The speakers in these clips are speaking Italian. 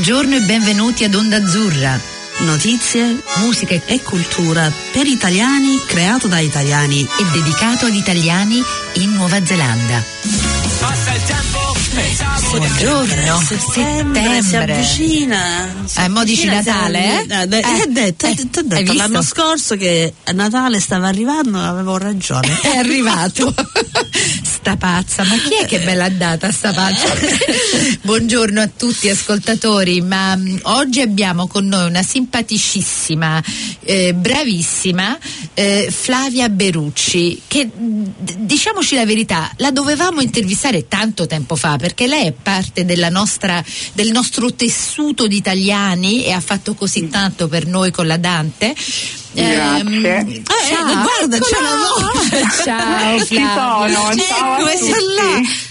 Buongiorno e benvenuti ad Onda Azzurra. Notizie, musica e cultura per italiani, creato da italiani e dedicato ad italiani in Nuova Zelanda. Passa il tempo, Buongiorno, settembre si avvicina. Mo dici Natale? T'ho detto l'anno scorso che Natale stava arrivando, avevo ragione. È arrivato. Sta pazza, ma chi è che me l'ha data sta pazza? Buongiorno a tutti ascoltatori, ma oggi abbiamo con noi una simpaticissima, bravissima Flavia Berucci, che diciamoci la verità, la dovevamo intervistare tanto tempo fa, perché lei è parte del nostro tessuto di italiani e ha fatto così tanto per noi con la Dante. Grazie. Ciao, guarda, c'è la voce. Ciao Ci Flavia. sono, ciao a tutti.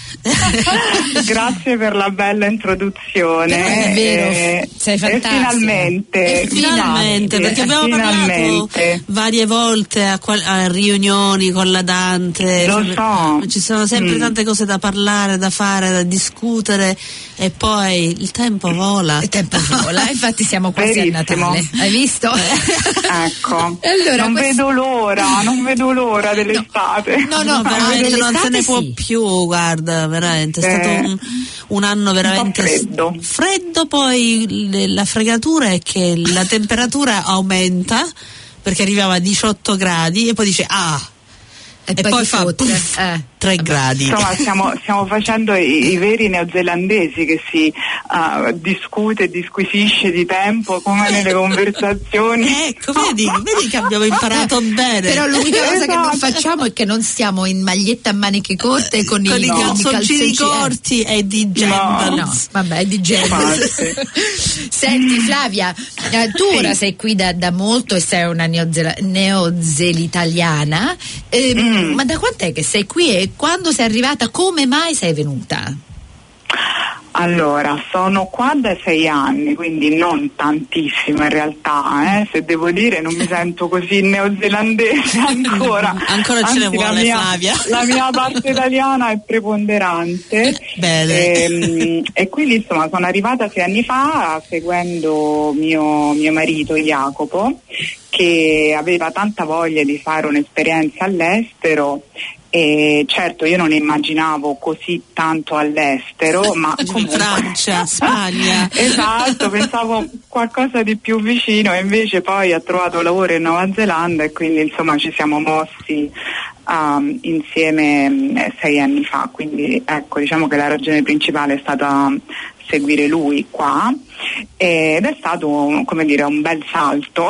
Grazie per la bella introduzione. È vero, sei fantastica. Finalmente, perché abbiamo parlato varie volte a riunioni con la Dante. Lo so. Ci sono sempre tante cose da parlare, da fare, da discutere, e poi il tempo vola. Il tempo vola, infatti siamo quasi Verissimo. a Natale. Hai visto? Ecco. Allora, non vedo l'ora dell'estate. No, veramente non se ne può sì. più, guarda, veramente è stato un anno veramente freddo, poi la fregatura è che la temperatura aumenta perché arrivava a 18 gradi e poi dice e poi fa 3 gradi. Insomma, stiamo facendo i veri neozelandesi, che si discute e disquisisce di tempo come nelle conversazioni. Ecco, vedi che abbiamo imparato bene. Però l'unica cosa che non facciamo è che non stiamo in maglietta a maniche corte con i calzoncini corti e di gentles. No, vabbè, di gentles. Senti Flavia, tu ora sei qui da molto e sei una neozelitaliana, ma da quant'è che sei qui e quando sei arrivata, come mai sei venuta? Allora, sono qua da 6 anni, quindi non tantissimo in realtà, se devo dire, non mi sento così neozelandese ancora. Ancora ce ne vuole Flavia. La mia parte italiana è preponderante. Bene. E quindi insomma sono arrivata 6 anni fa seguendo mio marito Jacopo, che aveva tanta voglia di fare un'esperienza all'estero. E certo io non immaginavo così tanto all'estero, ma comunque Francia, Spagna. Esatto, pensavo qualcosa di più vicino, e invece poi ha trovato lavoro in Nuova Zelanda e quindi insomma ci siamo mossi insieme 6 anni fa, quindi ecco, diciamo che la ragione principale è stata seguire lui qua, ed è stato, come dire, un bel salto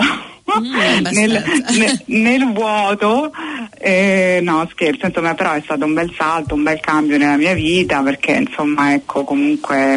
nel vuoto, no scherzo, insomma, però è stato un bel salto, un bel cambio nella mia vita, perché insomma ecco, comunque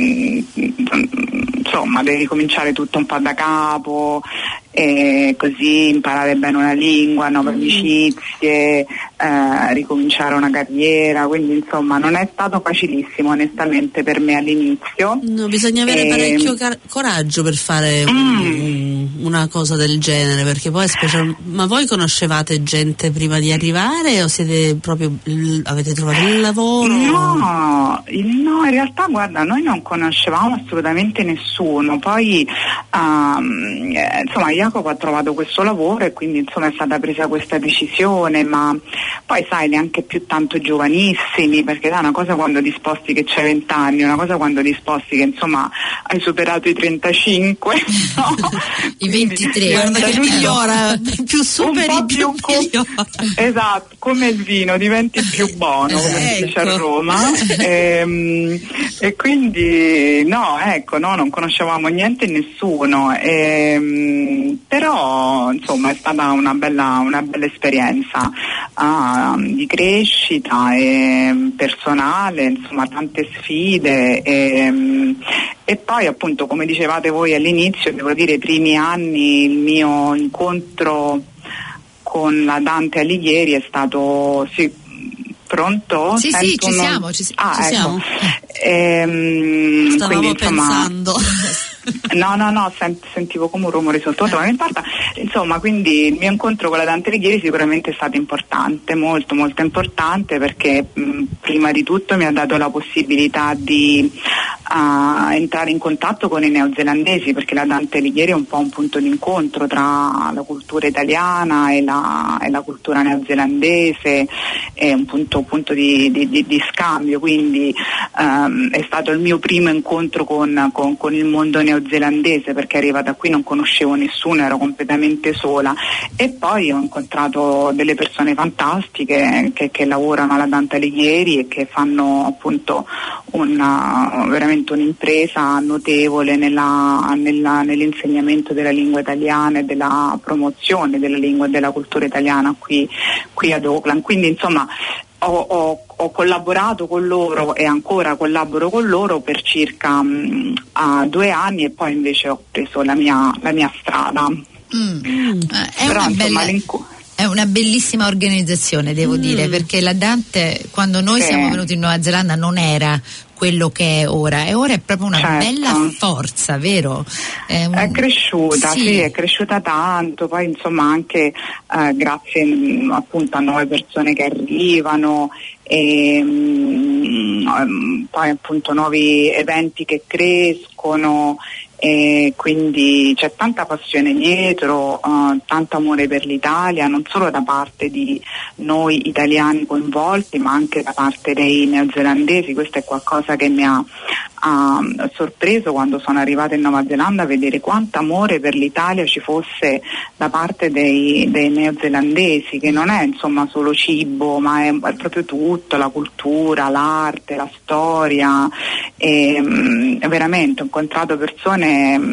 insomma devi cominciare tutto un po' da capo, e così imparare bene una lingua, nuove amicizie, ricominciare una carriera, quindi insomma non è stato facilissimo onestamente per me all'inizio. No, bisogna avere parecchio coraggio per fare una cosa del genere, perché poi ma voi conoscevate gente prima di arrivare o siete proprio avete trovato il lavoro? No, in realtà guarda, noi non conoscevamo assolutamente nessuno, poi insomma Jacopo ha trovato questo lavoro e quindi insomma è stata presa questa decisione, ma poi sai, neanche più tanto giovanissimi, perché da una cosa quando ti sposti che c'hai 20 anni, una cosa quando ti sposti che insomma hai superato i 35, no? I 23. Guarda che migliora, più superi più migliora. Esatto, come il vino, diventi più buono, come si dice a Roma. E quindi no, non conoscevamo niente e nessuno, però insomma è stata una bella esperienza di crescita personale, insomma tante sfide, e poi appunto, come dicevate voi all'inizio, devo dire, i primi anni il mio incontro con la Dante Alighieri è stato pronto? Sì, ci siamo. Stavamo quindi, insomma, pensando. No, sentivo come un rumore sottovoce, ma non importa. Insomma, quindi il mio incontro con la Dante Alighieri sicuramente è stato importante, molto molto importante, perché prima di tutto mi ha dato la possibilità di entrare in contatto con i neozelandesi, perché la Dante Alighieri è un po' un punto d'incontro tra la cultura italiana e la cultura neozelandese, è un punto di scambio, quindi è stato il mio primo incontro con il mondo neozelandese, perché arrivata qui non conoscevo nessuno, ero completamente sola, e poi ho incontrato delle persone fantastiche che lavorano alla Dante Alighieri e che fanno appunto veramente un'impresa notevole nell'insegnamento della lingua italiana e della promozione della lingua e della cultura italiana qui ad Auckland. Quindi insomma ho collaborato con loro e ancora collaboro con loro per circa 2 anni, e poi invece ho preso la mia strada. È una bellissima organizzazione, devo dire, perché la Dante, quando noi siamo venuti in Nuova Zelanda, non era quello che è ora, e ora è proprio una bella forza, vero? È cresciuta, è cresciuta tanto, poi insomma anche grazie appunto a nuove persone che arrivano, e poi appunto nuovi eventi che crescono, e quindi c'è tanta passione dietro, tanto amore per l'Italia, non solo da parte di noi italiani coinvolti, ma anche da parte dei neozelandesi. Questo è qualcosa che mi ha sorpreso quando sono arrivata in Nuova Zelanda, vedere quanto amore per l'Italia ci fosse da parte dei neozelandesi, che non è insomma solo cibo, ma è proprio tutto, la cultura, l'arte, la storia, e veramente ho incontrato persone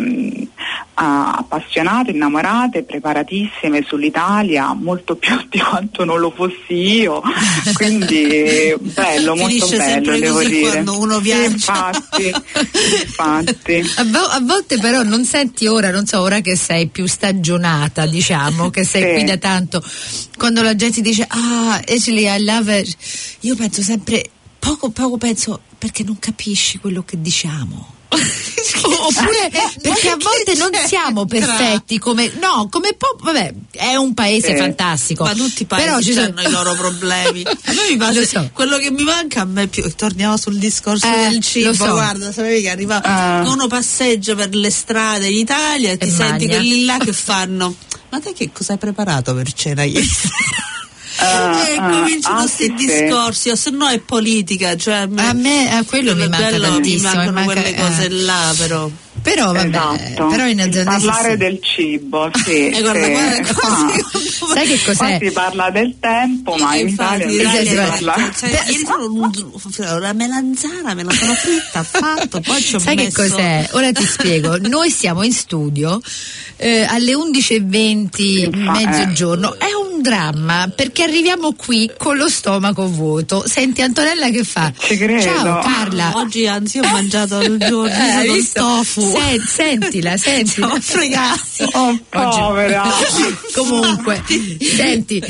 appassionate, innamorate, preparatissime sull'ità, molto più di quanto non lo fossi io, quindi bello, molto bello, devo dire. Quando uno viaggia. Infatti. A volte però non senti ora che sei più stagionata, diciamo, che sei qui da tanto, quando la gente dice Ashley I love it, io penso sempre poco penso, perché non capisci quello che diciamo. Oppure perché a volte non siamo perfetti come vabbè, è un paese fantastico, ma tutti i paesi hanno i loro problemi. A me mi passa, quello che mi manca a me più, torniamo sul discorso del cibo, guarda, sapevi che arriva uno passeggio per le strade in Italia e ti senti quelli là che fanno: ma te che cosa hai preparato per cena ieri? Cominciano questi discorsi, o se no è politica, cioè a me quello mi manca tantissimo, mi mancano quelle cose là, però vabbè, esatto. Però in parlare del cibo, guarda, sai che cos'è? Poi si parla del tempo, ma in Italia si parla. Ieri sono la melanzana, me la sono fritta, fatto, poi ci ho sai messo... che cos'è? Ora ti spiego. Noi siamo in studio alle 11:20, mezzogiorno. È un dramma, perché arriviamo qui con lo stomaco vuoto. Senti Antonella che fa? Ci credo. Ciao Carla. Oggi anzi ho mangiato il giorno con tofu. Sentila. Fregati. Oh, povera. Comunque, senti,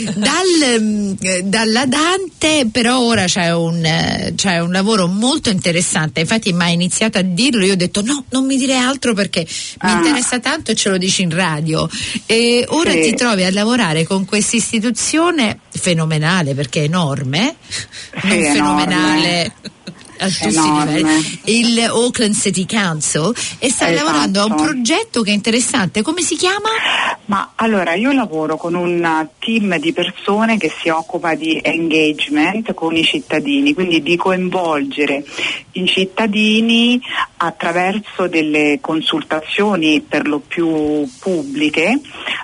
dalla Dante, però ora c'è un lavoro molto interessante. Infatti mi ha iniziato a dirlo, io ho detto no, non mi dire altro perché mi interessa tanto e ce lo dici in radio. E ora ti trovi a lavorare con questa istituzione fenomenale, perché è enorme, non fenomenale a tutti i livelli, il Auckland City Council, e sta lavorando a un progetto che è interessante. Come si chiama? Ma allora io lavoro con un team di persone che si occupa di engagement con i cittadini, quindi di coinvolgere i cittadini attraverso delle consultazioni per lo più pubbliche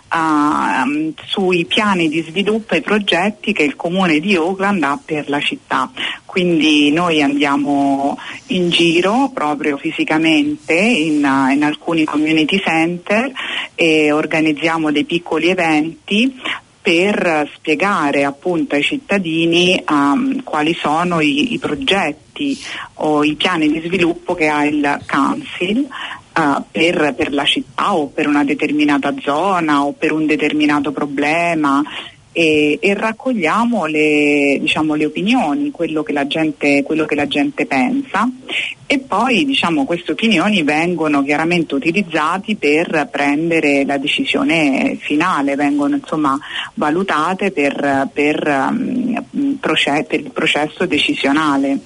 sui piani di sviluppo e i progetti che il comune di Auckland ha per la città. Quindi noi andiamo in giro proprio fisicamente in alcuni community center e organizziamo dei piccoli eventi per spiegare appunto ai cittadini quali sono i progetti o i piani di sviluppo che ha il Council per la città o per una determinata zona o per un determinato problema. E raccogliamo le opinioni, quello che la gente pensa, e poi diciamo queste opinioni vengono chiaramente utilizzate per prendere la decisione finale, vengono insomma valutate per il processo decisionale.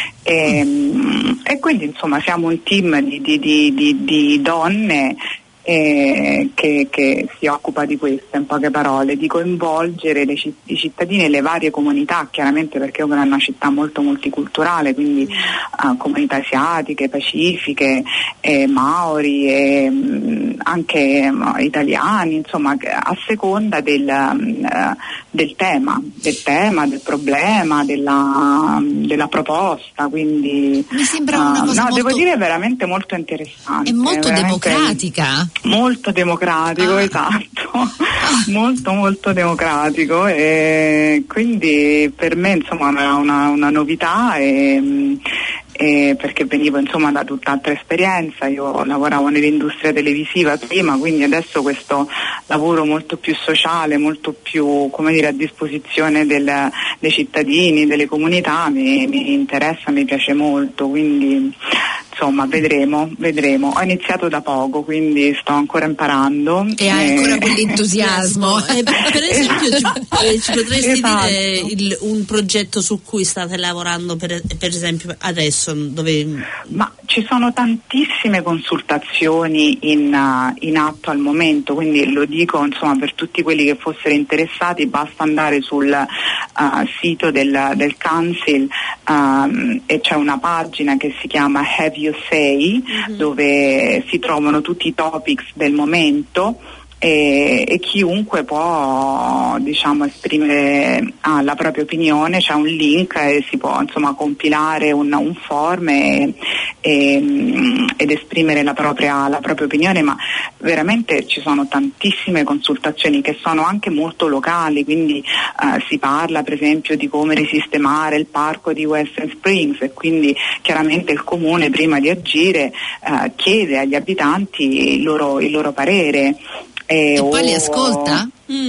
E quindi insomma siamo un team di donne che si occupa di questo, in poche parole, di coinvolgere i cittadini e le varie comunità, chiaramente perché è una città molto multiculturale, quindi comunità asiatiche, pacifiche, maori, anche italiani, insomma a seconda del tema, del problema, della proposta, quindi mi sembra una cosa devo dire veramente molto interessante. È molto democratica. Molto democratico, esatto, molto democratico, e quindi per me insomma è una novità, perché venivo insomma da tutt'altra esperienza. Io lavoravo nell'industria televisiva prima, quindi adesso questo lavoro molto più sociale, molto più, come dire, a disposizione dei cittadini, delle comunità mi interessa, mi piace molto, quindi insomma vedremo. Ho iniziato da poco, quindi sto ancora imparando. E hai ancora quell'entusiasmo. Per esempio ci potresti dire un progetto su cui state lavorando per esempio adesso, dove... Ma ci sono tantissime consultazioni in atto al momento, quindi lo dico insomma per tutti quelli che fossero interessati, basta andare sul sito del Council, e c'è una pagina che si chiama Have You Say, dove si trovano tutti i topics del momento, e chiunque può diciamo esprimere la propria opinione. C'è un link e si può insomma compilare un form ed esprimere la propria opinione, ma veramente ci sono tantissime consultazioni che sono anche molto locali, quindi si parla per esempio di come risistemare il parco di Western Springs, e quindi chiaramente il comune prima di agire chiede agli abitanti il loro parere. E poi li ascolta?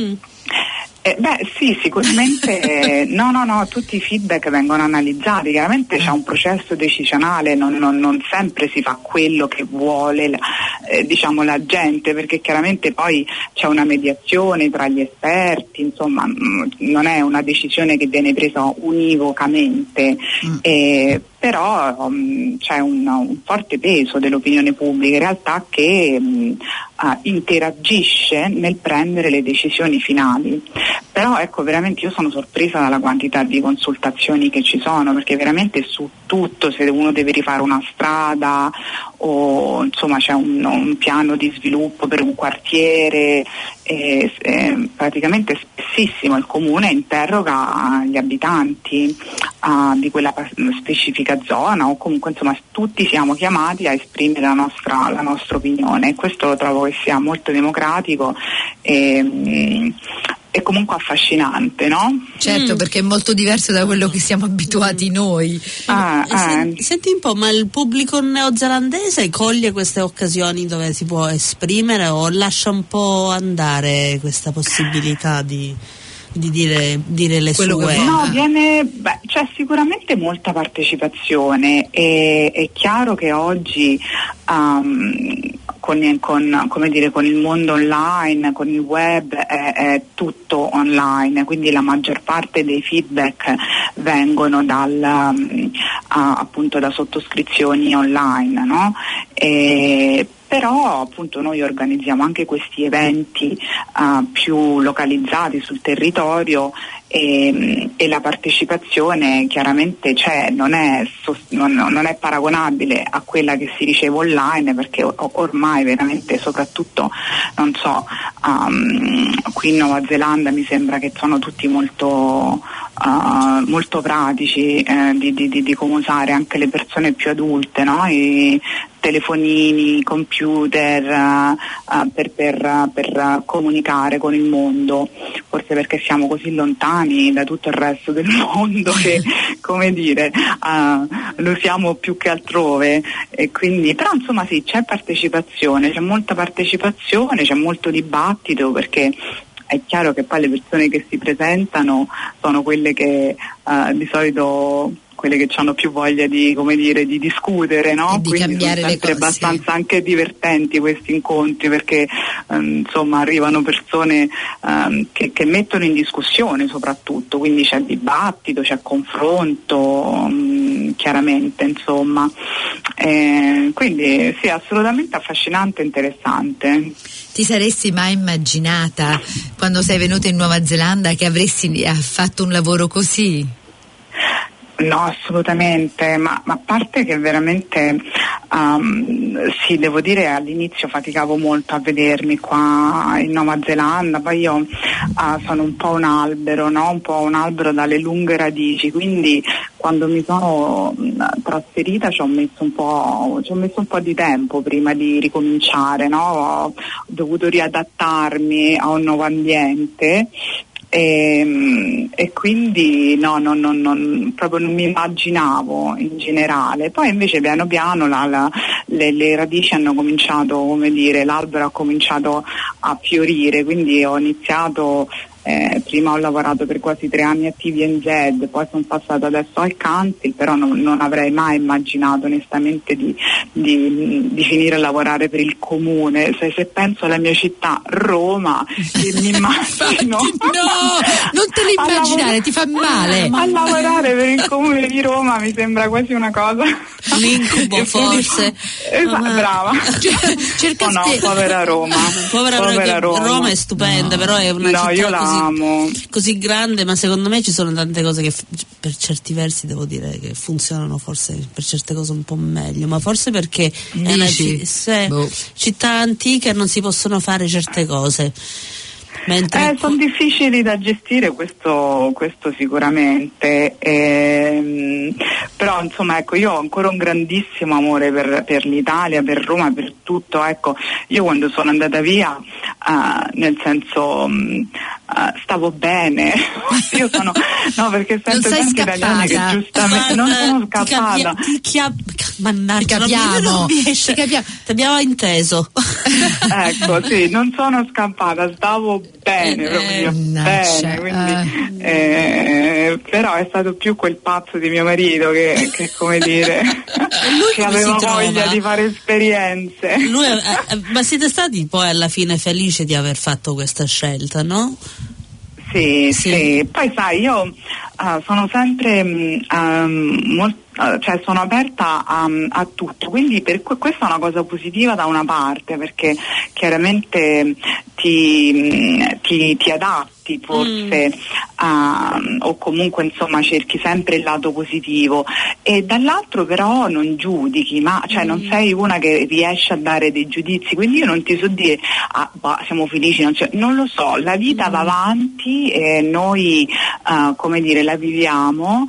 Sì, sicuramente no, tutti i feedback vengono analizzati, chiaramente c'è un processo decisionale, non sempre si fa quello che vuole diciamo la gente, perché chiaramente poi c'è una mediazione tra gli esperti, insomma non è una decisione che viene presa univocamente, però c'è un forte peso dell'opinione pubblica in realtà che interagisce nel prendere le decisioni finali. Però ecco, veramente io sono sorpresa dalla quantità di consultazioni che ci sono, perché veramente su tutto, se uno deve rifare una strada o insomma c'è un piano di sviluppo per un quartiere, praticamente spessissimo il comune interroga gli abitanti di quella specifica zona, o comunque insomma tutti siamo chiamati a esprimere la nostra opinione, e questo lo trovo che sia molto democratico e comunque affascinante, no? Certo, perché è molto diverso da quello che siamo abituati noi. Senti un po', ma il pubblico neozelandese coglie queste occasioni dove si può esprimere, o lascia un po' andare questa possibilità di dire le quello sue? No, c'è sicuramente molta partecipazione, e è chiaro che oggi con il mondo online, con il web, è tutto online, quindi la maggior parte dei feedback vengono appunto da sottoscrizioni online, no? Però appunto noi organizziamo anche questi eventi più localizzati sul territorio, e la partecipazione chiaramente c'è, non è paragonabile a quella che si riceve online, perché ormai veramente, soprattutto non so, qui in Nuova Zelanda mi sembra che sono tutti molto pratici di come usare anche le persone più adulte, no? I telefonini, computer, per comunicare con il mondo, forse perché siamo così lontani da tutto il resto del mondo che, come dire, lo usiamo più che altrove, e quindi, però insomma sì, c'è partecipazione, c'è molta partecipazione, c'è molto dibattito, perché è chiaro che poi le persone che si presentano sono quelle che di solito quelle che hanno più voglia di, come dire, di discutere, no? E di quindi cambiare sono sempre le cose. abbastanza anche divertenti questi incontri, perché insomma arrivano persone che mettono in discussione soprattutto, quindi c'è dibattito, c'è confronto, chiaramente, insomma, quindi sì, assolutamente affascinante e interessante. Ti saresti mai immaginata, quando sei venuta in Nuova Zelanda, che avresti fatto un lavoro così? No, assolutamente, ma a parte che veramente sì, devo dire, all'inizio faticavo molto a vedermi qua in Nuova Zelanda, poi io sono un po' un albero, no? Un po' un albero dalle lunghe radici, quindi quando mi sono trasferita ci ho messo un po' di tempo prima di ricominciare, no? Ho dovuto riadattarmi a un nuovo ambiente. E quindi proprio non mi immaginavo in generale. Poi invece piano piano le radici hanno cominciato, come dire, l'albero ha cominciato a fiorire, quindi ho iniziato, prima ho lavorato per quasi 3 anni a TVNZ, poi sono passata adesso al Council, però non avrei mai immaginato onestamente di finire a lavorare per il comune. Se penso alla mia città, Roma, mi immagino no, non te lo immaginare, ti fa male. A lavorare per il comune di Roma mi sembra quasi una cosa, un incubo forse. Brava. Povera Roma. Povera Roma è stupenda, però è una città io la amo. Così grande, ma secondo me ci sono tante cose che per certi versi devo dire che funzionano forse per certe cose un po' meglio, ma forse perché è una città antica e non si possono fare certe cose. Sono difficili da gestire, questo sicuramente, però insomma, ecco, io ho ancora un grandissimo amore per l'Italia, per Roma, per tutto. Ecco, io quando sono andata via, nel senso, stavo bene. Io sono, no, perché sento tanti italiani che giustamente non sono scappata. Mannaggia, ti abbiamo inteso. Ecco, sì, non sono scappata, stavo bene, proprio bene, quindi, però è stato più quel pazzo di mio marito che come dire, che aveva voglia di fare esperienze. Ma siete stati poi alla fine felici di aver fatto questa scelta, no? Sì. Poi sai, io sono sempre molto, cioè sono aperta a tutto, quindi questa è una cosa positiva da una parte, perché chiaramente ti adatti forse o comunque insomma cerchi sempre il lato positivo, e dall'altro però non giudichi, ma cioè non sei una che riesce a dare dei giudizi, quindi io non ti so dire siamo felici, non lo so, la vita va avanti e noi come dire la viviamo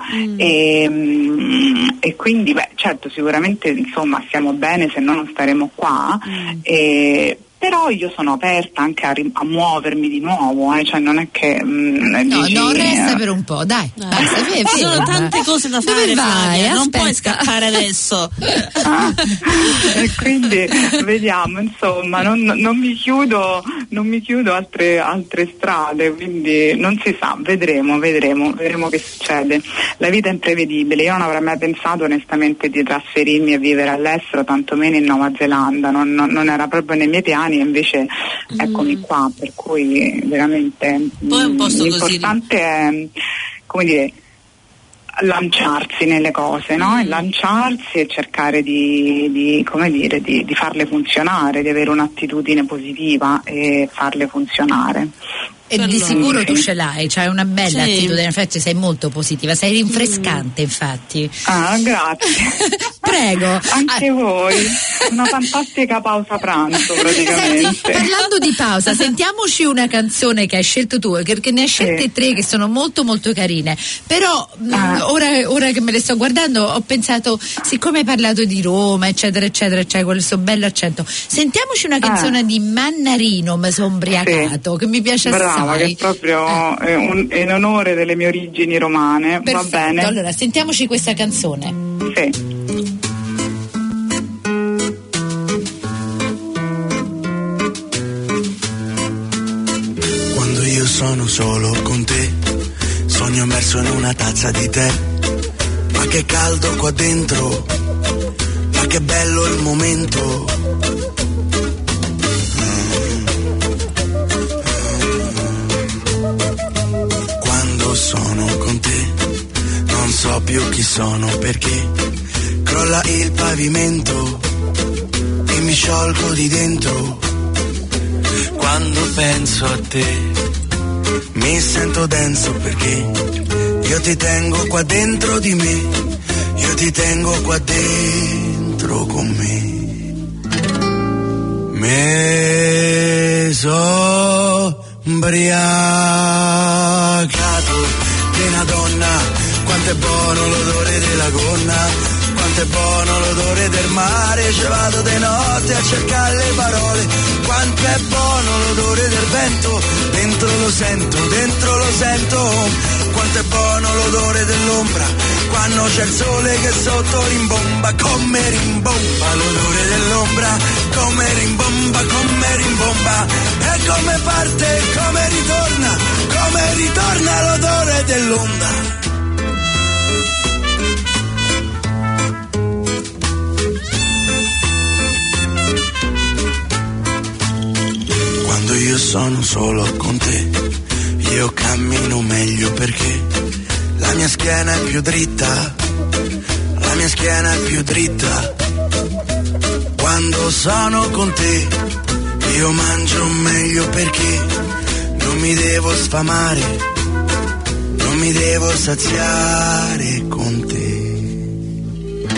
e quindi certo sicuramente insomma stiamo bene, se no non staremo qua, però io sono aperta anche a muovermi di nuovo, cioè non è che resta per un po', dai. Ci sono tante cose da fare, Flavia, non puoi scappare adesso. E quindi vediamo, insomma, non mi chiudo altre strade, quindi non si sa, vedremo che succede. La vita è imprevedibile, io non avrei mai pensato onestamente di trasferirmi e vivere all'estero, tantomeno in Nuova Zelanda, non era proprio nei miei piani, e invece eccomi qua, per cui veramente poi un posto l'importante è, come dire, lanciarsi nelle cose, no? E lanciarsi e cercare di farle funzionare, di avere un'attitudine positiva e farle funzionare. E di sicuro tu ce l'hai, c'hai una bella attitudine, infatti sei molto positiva, sei rinfrescante infatti. Grazie. Prego. Anche voi, una fantastica pausa pranzo praticamente. Senti, parlando di pausa, sentiamoci una canzone che hai scelto tu, perché ne hai scelte 3 che sono molto molto carine, però ora che me le sto guardando ho pensato, siccome hai parlato di Roma eccetera eccetera, c'hai questo bello accento, sentiamoci una canzone di Mannarino, Mi sono ubriacato, che mi piace assai. Che è proprio in onore delle mie origini romane. Perfetto, va bene? Allora sentiamoci questa canzone. Sì. Quando io sono solo con te, sogno immerso in una tazza di tè, ma ma che caldo qua dentro, ma che bello il momento. Quando sono con te non so più chi sono, perché crolla il pavimento e mi sciolgo di dentro. Quando penso a te mi sento denso, perché io ti tengo qua dentro di me, io ti tengo qua dentro con me. Me so ubriacato di una donna, quanto è buono l'odore della gonna, quanto è buono l'odore del mare, ci vado di notte a cercare le parole, quanto è buono l'odore del vento, dentro lo sento, quanto è buono l'odore dell'ombra, quando c'è il sole che sotto rimbomba, come rimbomba l'odore dell'ombra, come rimbomba, e come parte, come ritorna l'odore dell'onda. Quando io sono solo con te, io cammino meglio, perché la mia schiena è più dritta, la mia schiena è più dritta. Quando sono con te, io mangio meglio, perché non mi devo sfamare, non mi devo saziare con te.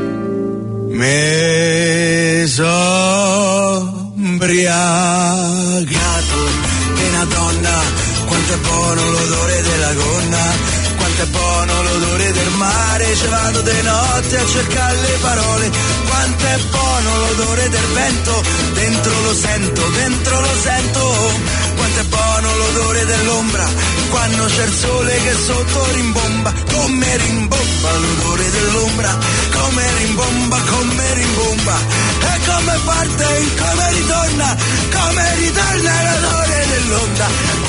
Me so ubriacato di una donna, quanto è buono l'odore della gonna, quanto è buono l'odore del mare, ci vado di notte a cercare le parole, quanto è buono l'odore del vento, dentro lo sento, quanto è buono l'odore dell'ombra, quando c'è il sole che sotto rimbomba, come rimbomba l'odore dell'ombra, come rimbomba, e come parte, come ritorna l'odore dell'onda.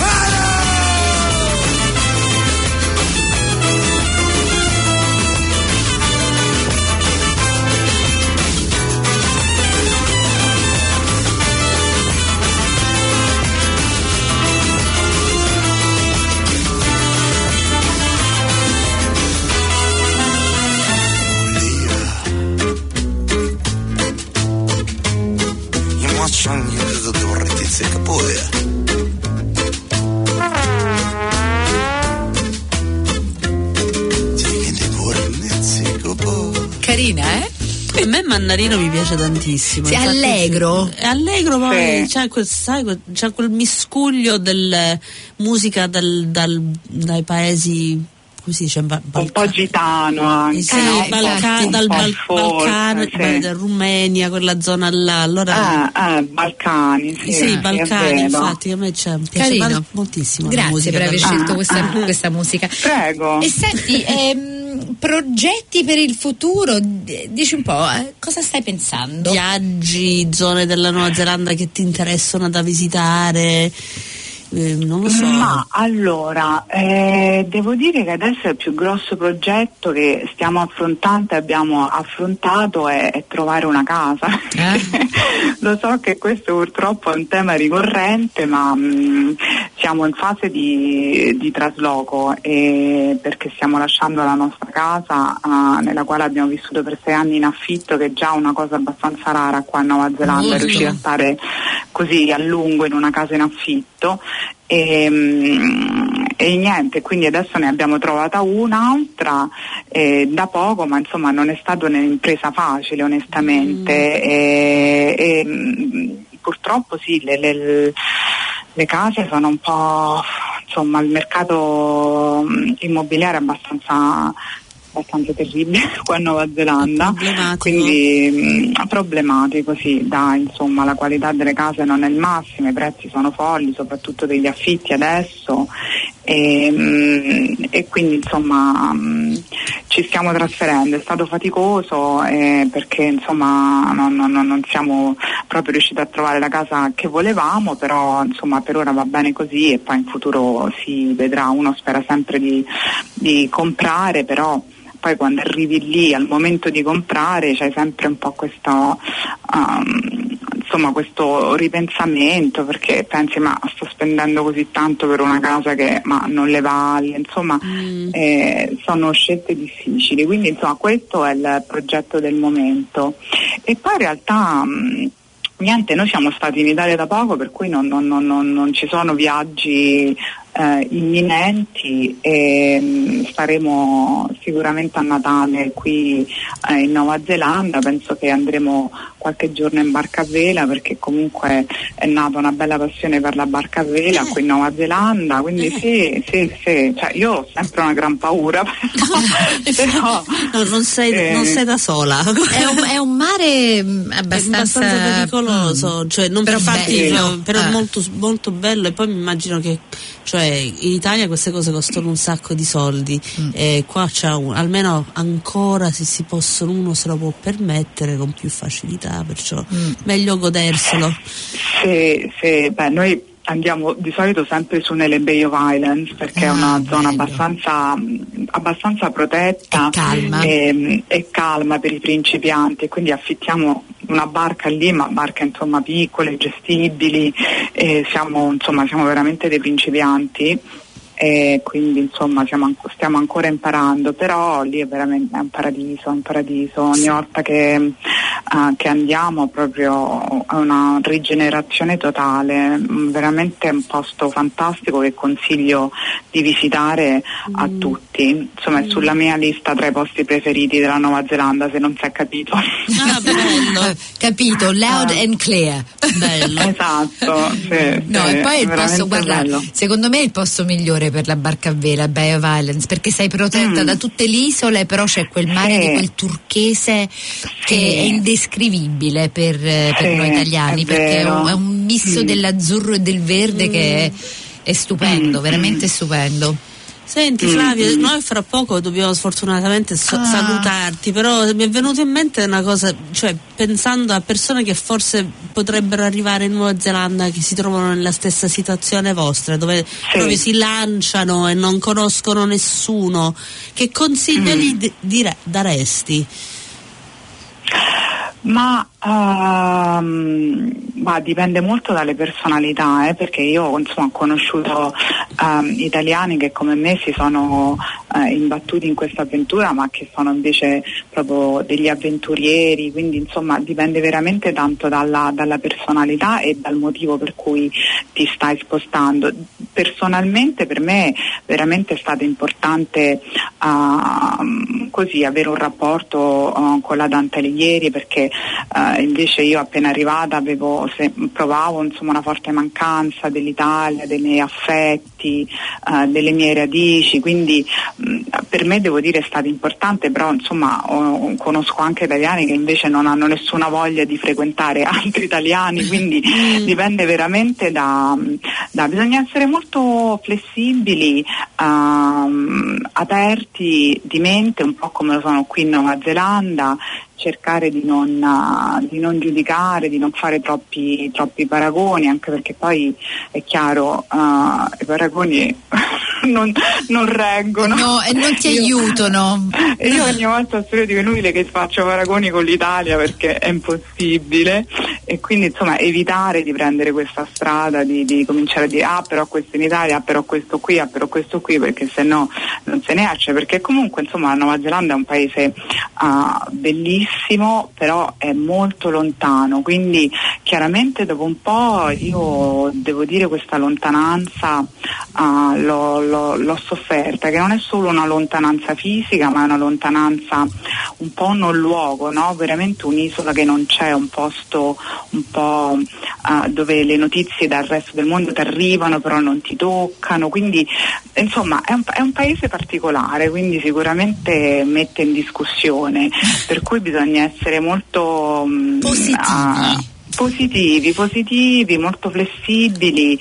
Carina, eh? A me Mannarino mi piace tantissimo. Sì, allegro. È allegro, poi c'è quel miscuglio del musica dai paesi, come si dice, un po' gitano anche, sì, no? dal Balcano, sì. da Rumenia, quella zona là. Allora, Balcani, sì, Balcani, infatti a me piace moltissimo. Grazie per aver scelto questa musica. Prego. E senti, progetti per il futuro, dici un po', cosa stai pensando? Viaggi, zone della Nuova Zelanda che ti interessano da visitare? Non lo so. Ma allora, devo dire che adesso il più grosso progetto che stiamo affrontando e abbiamo affrontato è trovare una casa. Lo so che questo purtroppo è un tema ricorrente, ma siamo in fase di trasloco, perché stiamo lasciando la nostra casa nella quale abbiamo vissuto per 6 anni in affitto, che è già una cosa abbastanza rara qua in Nuova Zelanda, riuscire a stare così a lungo in una casa in affitto. E niente, quindi adesso ne abbiamo trovata un'altra da poco, ma insomma non è stata un'impresa facile, onestamente. Purtroppo sì, le case sono un po', insomma, il mercato immobiliare è abbastanza terribile qua in Nuova Zelanda, quindi problematico, sì, insomma la qualità delle case non è il massimo, i prezzi sono folli, soprattutto degli affitti adesso, e quindi insomma ci stiamo trasferendo. È stato faticoso perché insomma non siamo proprio riusciti a trovare la casa che volevamo, però insomma per ora va bene così, e poi in futuro si vedrà. Uno spera sempre di comprare, però poi quando arrivi lì al momento di comprare c'hai sempre un po' questo questo ripensamento, perché pensi ma sto spendendo così tanto per una casa che ma non le vale, insomma sono scelte difficili, quindi insomma questo è il progetto del momento. E poi in realtà niente, noi siamo stati in Italia da poco, per cui non ci sono viaggi imminenti, e staremo sicuramente a Natale qui in Nuova Zelanda. Penso che andremo qualche giorno in barca a vela, perché comunque è nata una bella passione per la barca a vela qui in Nuova Zelanda, quindi sì, cioè, io ho sempre una gran paura però non sei da sola. È un mare abbastanza pericoloso, cioè non però per farti bello. Però molto, molto bello, e poi mi immagino che in Italia queste cose costano un sacco di soldi, e qua almeno ancora uno se lo può permettere con più facilità, perciò meglio goderselo. Sì, beh, noi andiamo di solito sempre su nelle Bay of Islands, perché è una zona abbastanza protetta e calma per i principianti, e quindi affittiamo una barca lì, ma barche insomma piccole, gestibili, e siamo veramente dei principianti, e quindi insomma stiamo ancora imparando, però lì è veramente un paradiso. Ogni volta che andiamo proprio è una rigenerazione totale, veramente un posto fantastico che consiglio di visitare a tutti. Insomma è sulla mia lista tra i posti preferiti della Nuova Zelanda, se non si è capito. Bello. Capito, loud and clear. Bello. Esatto, sì, no, sì, e poi il posto, guarda, bello. secondo me è il posto migliore per la barca a vela, Bay of Islands, perché sei protetta da tutte le isole, però c'è quel mare di quel turchese che è indescrivibile per noi italiani, perché è un misto dell'azzurro e del verde che è stupendo, veramente stupendo. Senti Flavia, noi fra poco dobbiamo sfortunatamente salutarti, però mi è venuta in mente una cosa, cioè pensando a persone che forse potrebbero arrivare in Nuova Zelanda, che si trovano nella stessa situazione vostra, dove proprio si lanciano e non conoscono nessuno, che consigli gli daresti? Ma dipende molto dalle personalità, perché io insomma ho conosciuto italiani che come me si sono imbattuti in questa avventura, ma che sono invece proprio degli avventurieri, quindi insomma dipende veramente tanto dalla personalità e dal motivo per cui ti stai spostando. Personalmente per me veramente è stato importante così avere un rapporto con la Dante Alighieri, perché invece io appena arrivata provavo insomma una forte mancanza dell'Italia, dei miei affetti, delle mie radici, quindi per me devo dire è stato importante, però insomma conosco anche italiani che invece non hanno nessuna voglia di frequentare altri italiani, quindi dipende veramente bisogna essere molto flessibili, aperti di mente, un po' come lo sono qui in Nuova Zelanda, cercare di non giudicare, di non fare troppi paragoni, anche perché poi è chiaro i paragoni non reggono. No, e non ti aiutano. Io ogni volta spero di inutile che faccio paragoni con l'Italia, perché è impossibile, e quindi insomma evitare di prendere questa strada di cominciare a dire però questo in Italia, però questo qui, però questo qui, perché sennò non se ne esce, perché comunque insomma la Nuova Zelanda è un paese bellissimo, però è molto lontano, quindi chiaramente dopo un po' io devo dire questa lontananza l'ho sofferta, che non è solo una lontananza fisica, ma è una lontananza un po' non luogo, no? Veramente un'isola che non c'è, un posto un po' dove le notizie dal resto del mondo ti arrivano però non ti toccano, quindi insomma è un paese particolare, quindi sicuramente mette in discussione, per cui bisogna essere molto positivi, molto flessibili.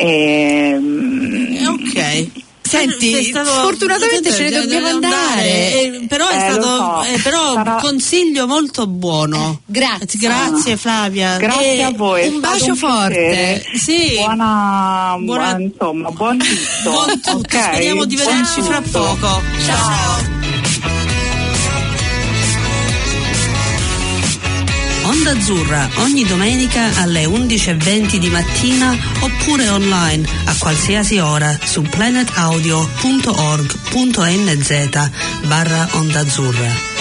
Ok. Senti, sfortunatamente ce ne dobbiamo andare. Però è stato consiglio molto buono. Grazie Flavia. Grazie a voi. Un bacio forte. Sì. Insomma, buon tutto. Buon tutto. Okay. Speriamo di vederci fra poco. Ciao. Onda Azzurra ogni domenica alle 11:20 di mattina oppure online a qualsiasi ora su planetaudio.org.nz/Onda Azzurra.